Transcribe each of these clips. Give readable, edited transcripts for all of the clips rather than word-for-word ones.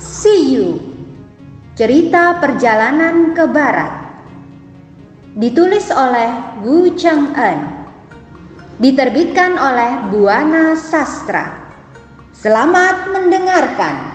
See You, cerita perjalanan ke barat. Ditulis oleh Wu Cheng-en. Diterbitkan oleh Buana Sastra. Selamat mendengarkan.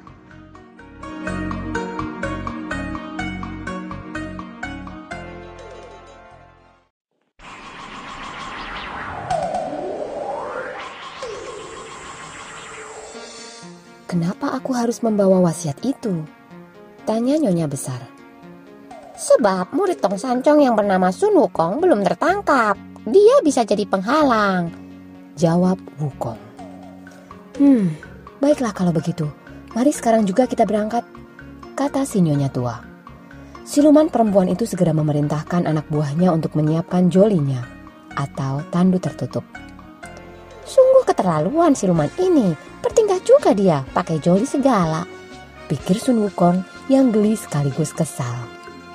Kenapa aku harus membawa wasiat itu? Tanya Nyonya Besar. Sebab murid Tong Sancong yang bernama Sun Wukong belum tertangkap. Dia bisa jadi penghalang, jawab Wukong. Baiklah kalau begitu. Mari sekarang juga kita berangkat, kata si Nyonya tua. Siluman perempuan itu segera memerintahkan anak buahnya untuk menyiapkan jolinya atau tandu tertutup. Sungguh keterlaluan siluman ini. Bertingkah juga dia, pakai joli segala, pikir Sun Wukong yang geli sekaligus kesal.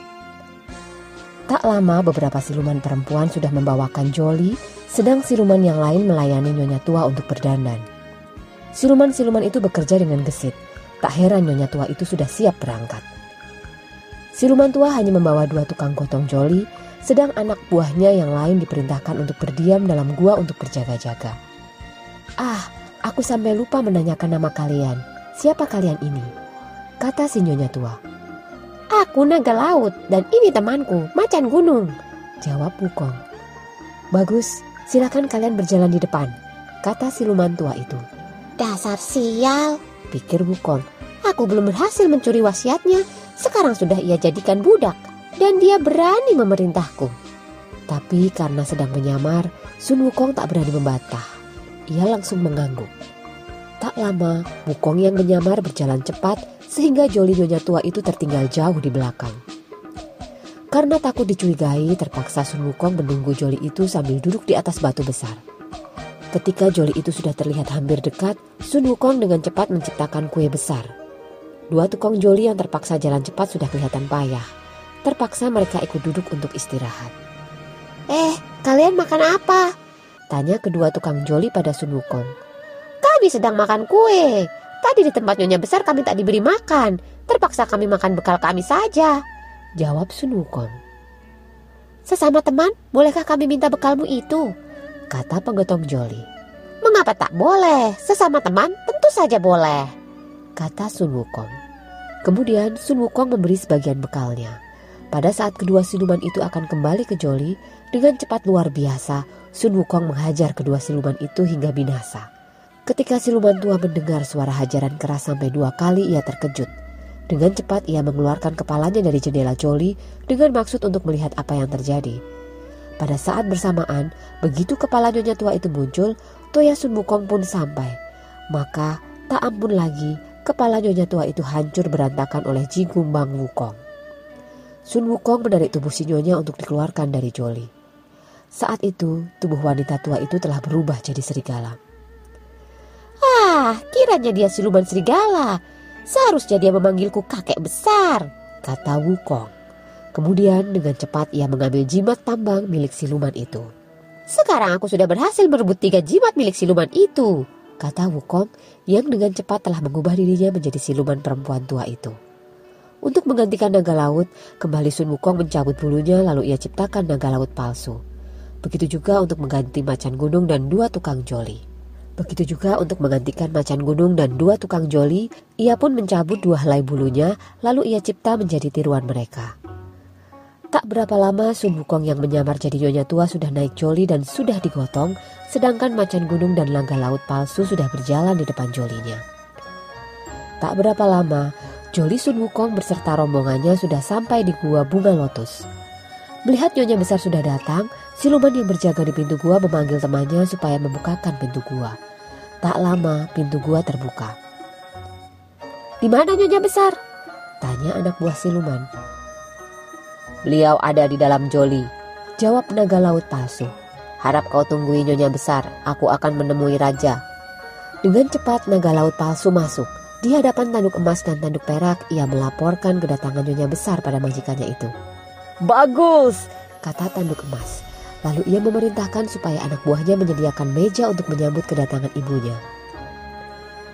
Tak lama beberapa siluman perempuan sudah membawakan joli, sedang siluman yang lain melayani Nyonya tua untuk berdandan. Siluman-siluman itu bekerja dengan gesit. Tak heran Nyonya tua itu sudah siap berangkat. Siluman tua hanya membawa 2 tukang gotong joli, sedang anak buahnya yang lain diperintahkan untuk berdiam dalam gua untuk berjaga-jaga. Aku sampai lupa menanyakan nama kalian. Siapa kalian ini? Kata si Nyonya tua. Aku naga laut dan ini temanku, macan gunung, jawab Wukong. Bagus, silakan kalian berjalan di depan, kata siluman tua itu. Dasar sial, pikir Wukong. Aku belum berhasil mencuri wasiatnya, sekarang sudah ia jadikan budak dan dia berani memerintahku. Tapi karena sedang menyamar, Sun Wukong tak berani membantah. Ia langsung mengangguk. Tak lama, Wukong yang menyamar berjalan cepat sehingga joli Nyonya tua itu tertinggal jauh di belakang. Karena takut dicurigai, terpaksa Sun Wukong menunggu joli itu sambil duduk di atas batu besar. Ketika joli itu sudah terlihat hampir dekat, Sun Wukong dengan cepat menciptakan kue besar. 2 tukang joli yang terpaksa jalan cepat sudah kelihatan payah. Terpaksa mereka ikut duduk untuk istirahat. Kalian makan apa? Tanya kedua tukang joli pada Sun Wukong. Kami sedang makan kue. Tadi di tempat Nyonya Besar kami tak diberi makan. Terpaksa kami makan bekal kami saja, jawab Sun Wukong. Sesama teman, bolehkah kami minta bekalmu itu? Kata penggotong joli. Mengapa tak boleh? Sesama teman tentu saja boleh, kata Sun Wukong. Kemudian Sun Wukong memberi sebagian bekalnya. Pada saat kedua siluman itu akan kembali ke joli, dengan cepat luar biasa, Sun Wukong menghajar kedua siluman itu hingga binasa. Ketika siluman tua mendengar suara hajaran keras sampai 2 kali, ia terkejut. Dengan cepat ia mengeluarkan kepalanya dari jendela joli dengan maksud untuk melihat apa yang terjadi. Pada saat bersamaan, begitu kepala Nyonya tua itu muncul, Toya Sun Wukong pun sampai. Maka tak ampun lagi, kepala Nyonya tua itu hancur berantakan oleh Ji Gumbang Wukong. Sun Wukong menarik tubuh si Nyonya untuk dikeluarkan dari joli. Saat itu, tubuh wanita tua itu telah berubah jadi serigala. Kiranya dia siluman serigala. Seharusnya dia memanggilku kakek besar, kata Wukong. Kemudian dengan cepat ia mengambil jimat tambang milik siluman itu. Sekarang aku sudah berhasil merebut 3 jimat milik siluman itu, kata Wukong yang dengan cepat telah mengubah dirinya menjadi siluman perempuan tua itu. Untuk menggantikan naga laut, kembali Sun Wukong mencabut bulunya lalu ia ciptakan naga laut palsu. Begitu juga untuk mengganti macan gunung dan 2 tukang joli. Begitu juga untuk menggantikan macan gunung dan 2 tukang joli, ia pun mencabut 2 helai bulunya lalu ia cipta menjadi tiruan mereka. Tak berapa lama Sun Wukong yang menyamar jadi Nyonya tua sudah naik joli dan sudah digotong, sedangkan macan gunung dan naga laut palsu sudah berjalan di depan jolinya. Tak berapa lama, joli Sun Wukong beserta rombongannya sudah sampai di gua bunga lotus. Melihat Nyonya Besar sudah datang, siluman yang berjaga di pintu gua memanggil temannya supaya membukakan pintu gua. Tak lama pintu gua terbuka. Di mana Nyonya Besar? Tanya anak buah siluman. Beliau ada di dalam joli, jawab naga laut palsu. Harap kau tunggui Nyonya Besar, aku akan menemui raja. Dengan cepat naga laut palsu masuk. Di hadapan tanduk emas dan tanduk perak, ia melaporkan kedatangan Nyonya Besar pada majikannya itu. Bagus, kata tanduk emas. Lalu ia memerintahkan supaya anak buahnya menyediakan meja untuk menyambut kedatangan ibunya.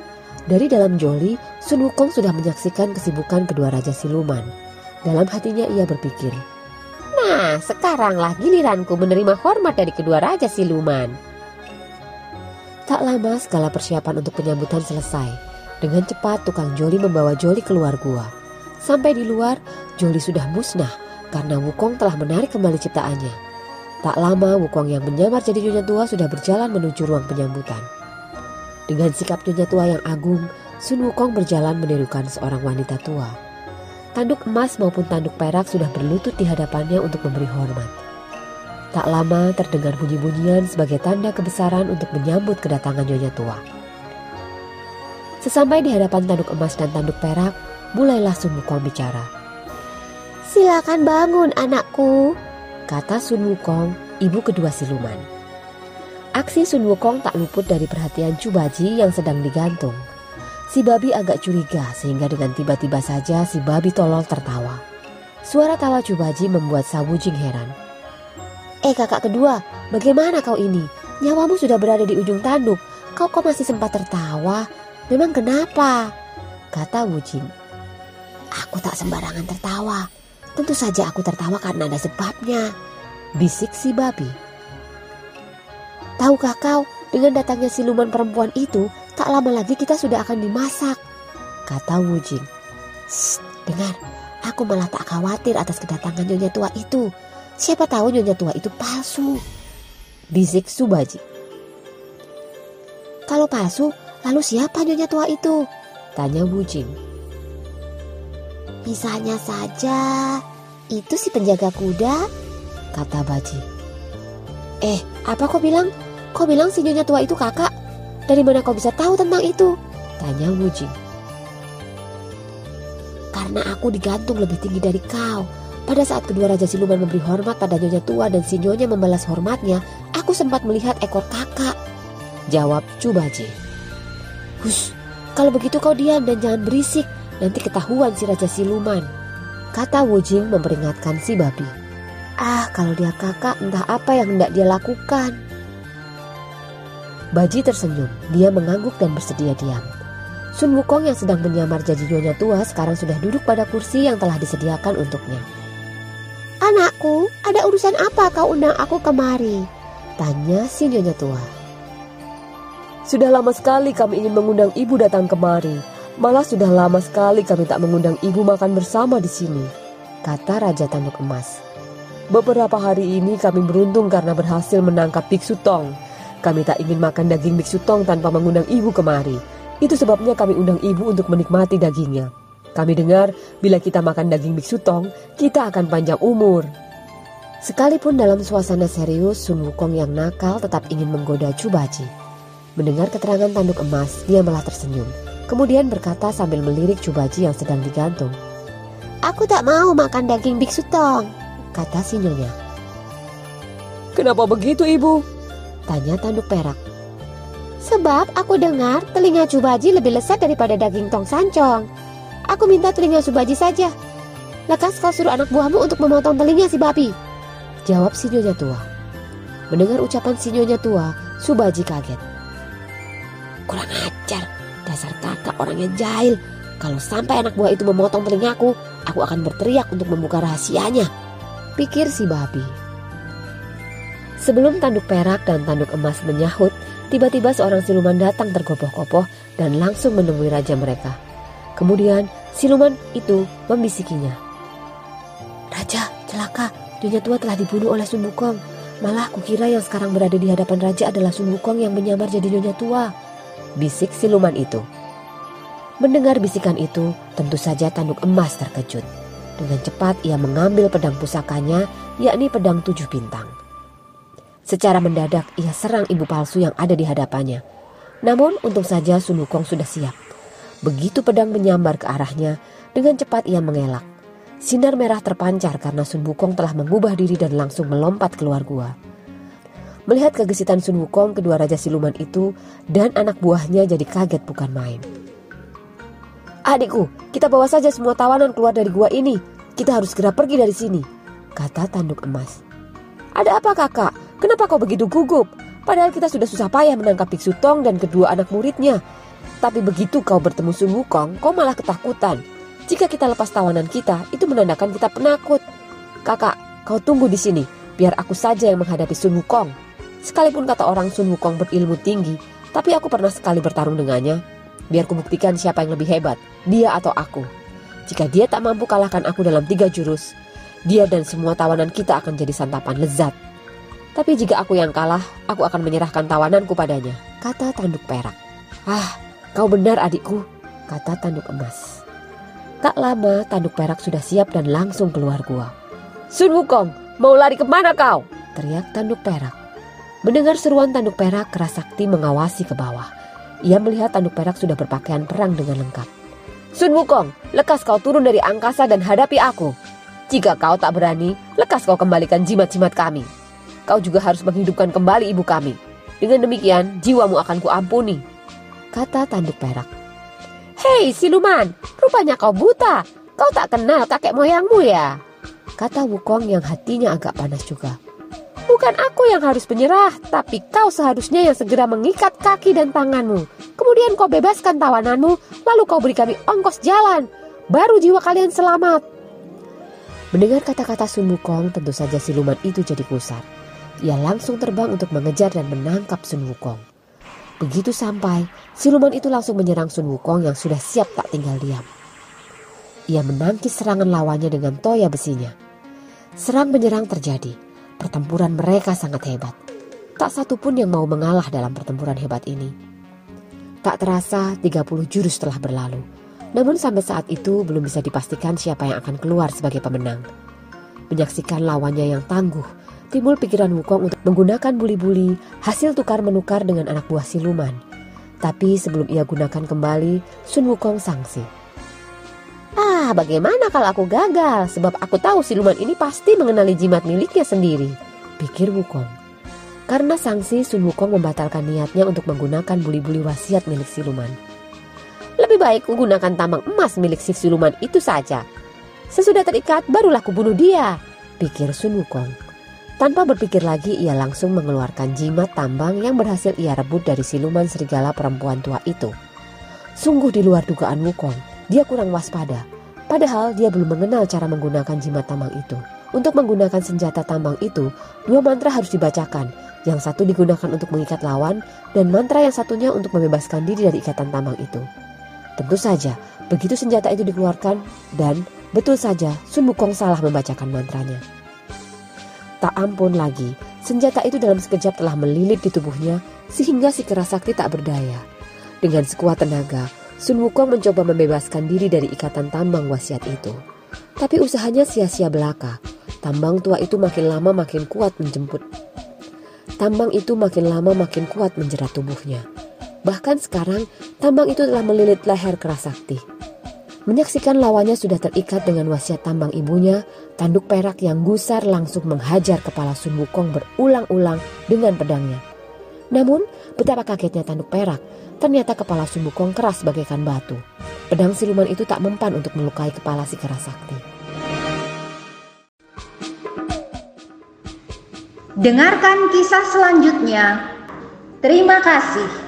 Dari dalam joli, Sun Wukong sudah menyaksikan kesibukan kedua raja siluman. Dalam hatinya ia berpikir, Nah, sekaranglah giliranku menerima hormat dari kedua raja siluman. Tak lama segala persiapan untuk penyambutan selesai. Dengan cepat tukang joli membawa joli keluar gua. Sampai di luar, joli sudah musnah karena Wukong telah menarik kembali ciptaannya. Tak lama Wukong yang menyamar jadi nyonya tua sudah berjalan menuju ruang penyambutan. Dengan sikap nyonya tua yang agung, Sun Wukong berjalan menirukan seorang wanita tua. Tanduk emas maupun tanduk perak sudah berlutut di hadapannya untuk memberi hormat. Tak lama terdengar bunyi-bunyian sebagai tanda kebesaran untuk menyambut kedatangan nyonya tua. Sesampai di hadapan tanduk emas dan tanduk perak, mulailah Sun Wukong bicara. Silakan bangun anakku, kata Sun Wukong, ibu kedua siluman. Aksi Sun Wukong tak luput dari perhatian Chubaji yang sedang digantung. Si babi agak curiga sehingga dengan tiba-tiba saja si babi tolol tertawa. Suara tawa Chubaji membuat Sa Wujing heran. Kakak kedua, bagaimana kau ini? Nyawamu sudah berada di ujung tanduk, kau kok masih sempat tertawa? Memang kenapa? Kata Wujing. Aku tak sembarangan tertawa. Tentu saja aku tertawa karena ada sebabnya, bisik si babi. Tahukah kau, dengan datangnya siluman perempuan itu, tak lama lagi kita sudah akan dimasak, kata Wujing. Dengar, aku malah tak khawatir atas kedatangan nyonya tua itu. Siapa tahu nyonya tua itu palsu, bisik Chubaji. Kalau palsu, lalu siapa nyonya tua itu? Tanya Wujing. Misalnya saja, itu si penjaga kuda, kata Baji. Apa kau bilang? Kau bilang si nyonya tua itu kakak? Dari mana kau bisa tahu tentang itu? Tanya Wujing. Karena aku digantung lebih tinggi dari kau. Pada saat kedua raja siluman memberi hormat pada nyonya tua dan si nyonya membalas hormatnya, aku sempat melihat ekor kakak, jawab Chubaji. Hush, kalau begitu kau diam dan jangan berisik, nanti ketahuan si raja siluman, kata Wujing memperingatkan si babi. Kalau dia kakak, entah apa yang hendak dia lakukan. Baji tersenyum, dia mengangguk dan bersedia diam. Sun Wukong yang sedang menyamar jadi nyonya tua sekarang sudah duduk pada kursi yang telah disediakan untuknya. Anakku, ada urusan apa kau undang aku kemari? Tanya si nyonya tua. Sudah lama sekali kami ingin mengundang ibu datang kemari. Malah sudah lama sekali kami tak mengundang ibu makan bersama di sini, kata Raja Tanduk Emas. Beberapa hari ini kami beruntung karena berhasil menangkap Biksu Tong. Kami tak ingin makan daging Biksu Tong tanpa mengundang ibu kemari. Itu sebabnya kami undang ibu untuk menikmati dagingnya. Kami dengar bila kita makan daging Biksu Tong, kita akan panjang umur. Sekalipun dalam suasana serius, Sun Wukong yang nakal tetap ingin menggoda Chubaji. Mendengar keterangan Tanduk Emas, dia malah tersenyum. Kemudian berkata sambil melirik Chubaji yang sedang digantung. Aku tak mau makan daging Biksu Tong, kata si nyonya. Kenapa begitu ibu? Tanya Tanduk Perak. Sebab aku dengar telinga Chubaji lebih lezat daripada daging tong sancong. Aku minta telinga Chubaji saja. Lekas kau suruh anak buahmu untuk memotong telinga si babi, jawab si nyonya tua. Mendengar ucapan si nyonya tua, Chubaji kaget. Kurang ajar, dasar kakak orangnya jahil. Kalau sampai anak buah itu memotong telingaku, aku akan berteriak untuk membuka rahasianya, pikir si babi. Sebelum Tanduk Perak dan Tanduk Emas menyahut, tiba-tiba seorang siluman datang tergopoh-gopoh dan langsung menemui raja mereka. Kemudian siluman itu membisikinya. Raja, celaka, nyonya tua telah dibunuh oleh Sun Wukong. Malah kukira yang sekarang berada di hadapan raja adalah Sun Wukong yang menyamar jadi nyonya tua, bisik siluman itu. Mendengar bisikan itu, tentu saja Tanduk Emas terkejut. Dengan cepat ia mengambil pedang pusakanya, yakni pedang 7 bintang. Secara mendadak ia serang ibu palsu yang ada di hadapannya. Namun untung saja Sun Wukong sudah siap. Begitu pedang menyambar ke arahnya, dengan cepat ia mengelak. Sinar merah terpancar karena Sun Wukong telah mengubah diri dan langsung melompat keluar gua. Melihat kegesitan Sun Wukong, kedua raja siluman itu dan anak buahnya jadi kaget bukan main. Adikku, kita bawa saja semua tawanan keluar dari gua ini. Kita harus segera pergi dari sini, kata Tanduk Emas. Ada apa kakak? Kenapa kau begitu gugup? Padahal kita sudah susah payah menangkap Biksu Tong dan kedua anak muridnya. Tapi begitu kau bertemu Sun Wukong, kau malah ketakutan. Jika kita lepas tawanan kita, itu menandakan kita penakut. Kakak, kau tunggu di sini, biar aku saja yang menghadapi Sun Wukong. Sekalipun kata orang Sun Wukong berilmu tinggi, tapi aku pernah sekali bertarung dengannya. Biar kubuktikan siapa yang lebih hebat, dia atau aku. Jika dia tak mampu kalahkan aku dalam 3 jurus, dia dan semua tawanan kita akan jadi santapan lezat. Tapi jika aku yang kalah, aku akan menyerahkan tawananku padanya, kata tanduk perak. Ah, kau benar adikku, kata tanduk emas. Tak lama tanduk perak sudah siap dan langsung keluar gua. Sun Wukong, mau lari kemana kau? Teriak tanduk perak. Mendengar seruan tanduk perak, Kerasakti mengawasi ke bawah. Ia melihat tanduk perak sudah berpakaian perang dengan lengkap. Sun Wukong, lekas kau turun dari angkasa dan hadapi aku. Jika kau tak berani, lekas kau kembalikan jimat-jimat kami. Kau juga harus menghidupkan kembali ibu kami. Dengan demikian, jiwamu akan kuampuni, kata tanduk perak. Hei siluman, rupanya kau buta. Kau tak kenal kakek moyangmu ya? Kata Wukong yang hatinya agak panas juga. Bukan aku yang harus menyerah, tapi kau seharusnya yang segera mengikat kaki dan tanganmu. Kemudian kau bebaskan tawananmu, lalu kau beri kami ongkos jalan. Baru jiwa kalian selamat. Mendengar kata-kata Sun Wukong, tentu saja siluman itu jadi gusar. Ia langsung terbang untuk mengejar dan menangkap Sun Wukong. Begitu sampai, siluman itu langsung menyerang Sun Wukong yang sudah siap tak tinggal diam. Ia menangkis serangan lawannya dengan toya besinya. Serang menyerang terjadi. Pertempuran mereka sangat hebat. Tak satu pun yang mau mengalah dalam pertempuran hebat ini. Tak terasa 30 jurus telah berlalu. Namun sampai saat itu belum bisa dipastikan siapa yang akan keluar sebagai pemenang. Menyaksikan lawannya yang tangguh, timbul pikiran Wukong untuk menggunakan buli-buli hasil tukar-menukar dengan anak buah siluman. Tapi sebelum ia gunakan kembali, Sun Wukong sangsi. Bagaimana kalau aku gagal? Sebab aku tahu siluman ini pasti mengenali jimat miliknya sendiri, pikir Wukong. Karena sangsi, Sun Wukong membatalkan niatnya untuk menggunakan buli-buli wasiat milik siluman. Lebih baik ku gunakan tambang emas milik si siluman itu saja. Sesudah terikat barulah ku bunuh dia, pikir Sun Wukong. Tanpa berpikir lagi, ia langsung mengeluarkan jimat tambang yang berhasil ia rebut dari siluman serigala perempuan tua itu. Sungguh di luar dugaan Wukong, dia kurang waspada. Padahal dia belum mengenal cara menggunakan jimat tambang itu. Untuk menggunakan senjata tambang itu, 2 mantra harus dibacakan. Yang satu digunakan untuk mengikat lawan, dan mantra yang satunya untuk membebaskan diri dari ikatan tambang itu. Tentu saja, begitu senjata itu dikeluarkan, dan betul saja Sun Wukong salah membacakan mantranya. Tak ampun lagi, senjata itu dalam sekejap telah melilit di tubuhnya, sehingga si Kerasakti tak berdaya. Dengan sekuat tenaga, Sun Wukong mencoba membebaskan diri dari ikatan tambang wasiat itu. Tapi usahanya sia-sia belaka. Tambang tua itu makin lama makin kuat menjemput. Tambang itu makin lama makin kuat menjerat tubuhnya. Bahkan sekarang, tambang itu telah melilit leher Kerasakti. Menyaksikan lawannya sudah terikat dengan wasiat tambang ibunya, tanduk perak yang gusar langsung menghajar kepala Sun Wukong berulang-ulang dengan pedangnya. Namun, betapa kagetnya tanduk perak. Ternyata kepala Sun Wukong keras bagaikan batu. Pedang siluman itu tak mempan untuk melukai kepala si Kerasakti. Dengarkan kisah selanjutnya. Terima kasih.